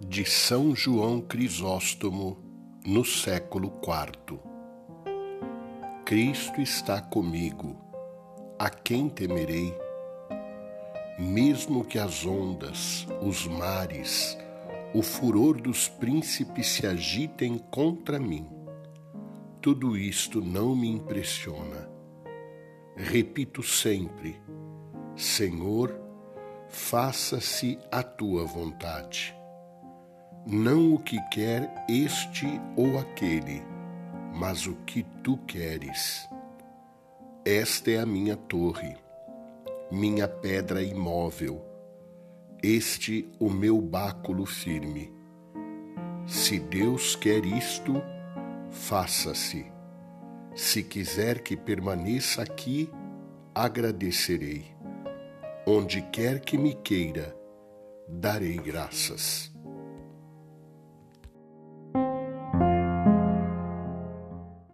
de São João Crisóstomo, no século IV. Cristo está comigo, a quem temerei? Mesmo que as ondas, os mares, o furor dos príncipes se agitem contra mim, tudo isto não me impressiona. Repito sempre: Senhor, faça-se a tua vontade. Não o que quer este ou aquele, mas o que tu queres. Esta é a minha torre, minha pedra imóvel, este o meu báculo firme. Se Deus quer isto, faça-se. Se quiser que permaneça aqui, agradecerei. Onde quer que me queira, darei graças.